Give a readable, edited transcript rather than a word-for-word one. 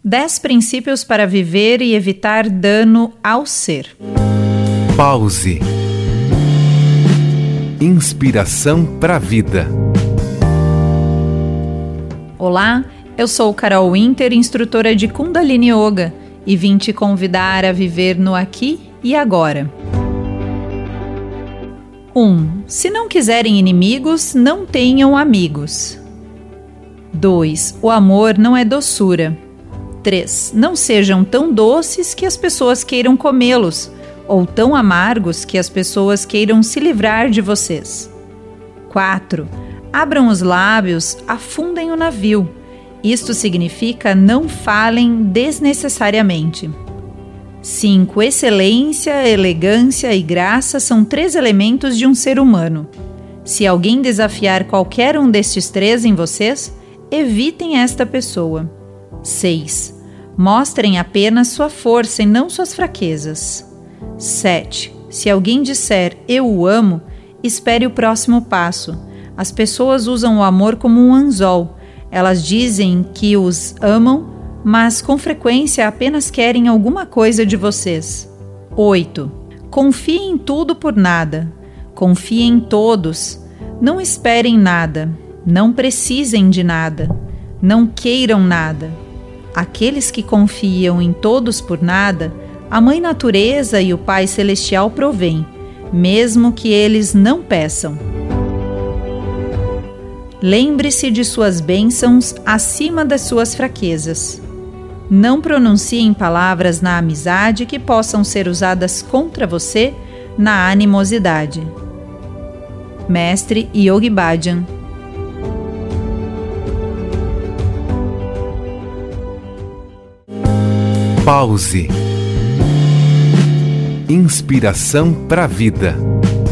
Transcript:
10 princípios para viver e evitar dano ao ser. Pause. Inspiração para a vida. Olá, eu sou Carol Winter, instrutora de Kundalini Yoga, e vim te convidar a viver no aqui e agora. 1. Se não quiserem inimigos, não tenham amigos. 2. O amor não é doçura. 3. Não sejam tão doces que as pessoas queiram comê-los, ou tão amargos que as pessoas queiram se livrar de vocês. 4. Abram os lábios, afundem o navio. Isto significa não falem desnecessariamente. 5. Excelência, elegância e graça são 3 elementos de um ser humano. Se alguém desafiar qualquer um destes 3 em vocês, evitem esta pessoa. 6. Mostrem apenas sua força e não suas fraquezas. 7. Se alguém disser eu o amo, espere o próximo passo. As pessoas usam o amor como um anzol. Elas dizem que os amam, mas com frequência apenas querem alguma coisa de vocês. 8. Confiem em tudo por nada. Confiem em todos. Não esperem nada. Não precisem de nada. Não queiram nada. Aqueles que confiam em todos por nada, a Mãe Natureza e o Pai Celestial provêm, mesmo que eles não peçam. Lembre-se de suas bênçãos acima das suas fraquezas. Não pronunciem palavras na amizade que possam ser usadas contra você na animosidade. Mestre Yogi Bhajan. Pause. Inspiração para a vida.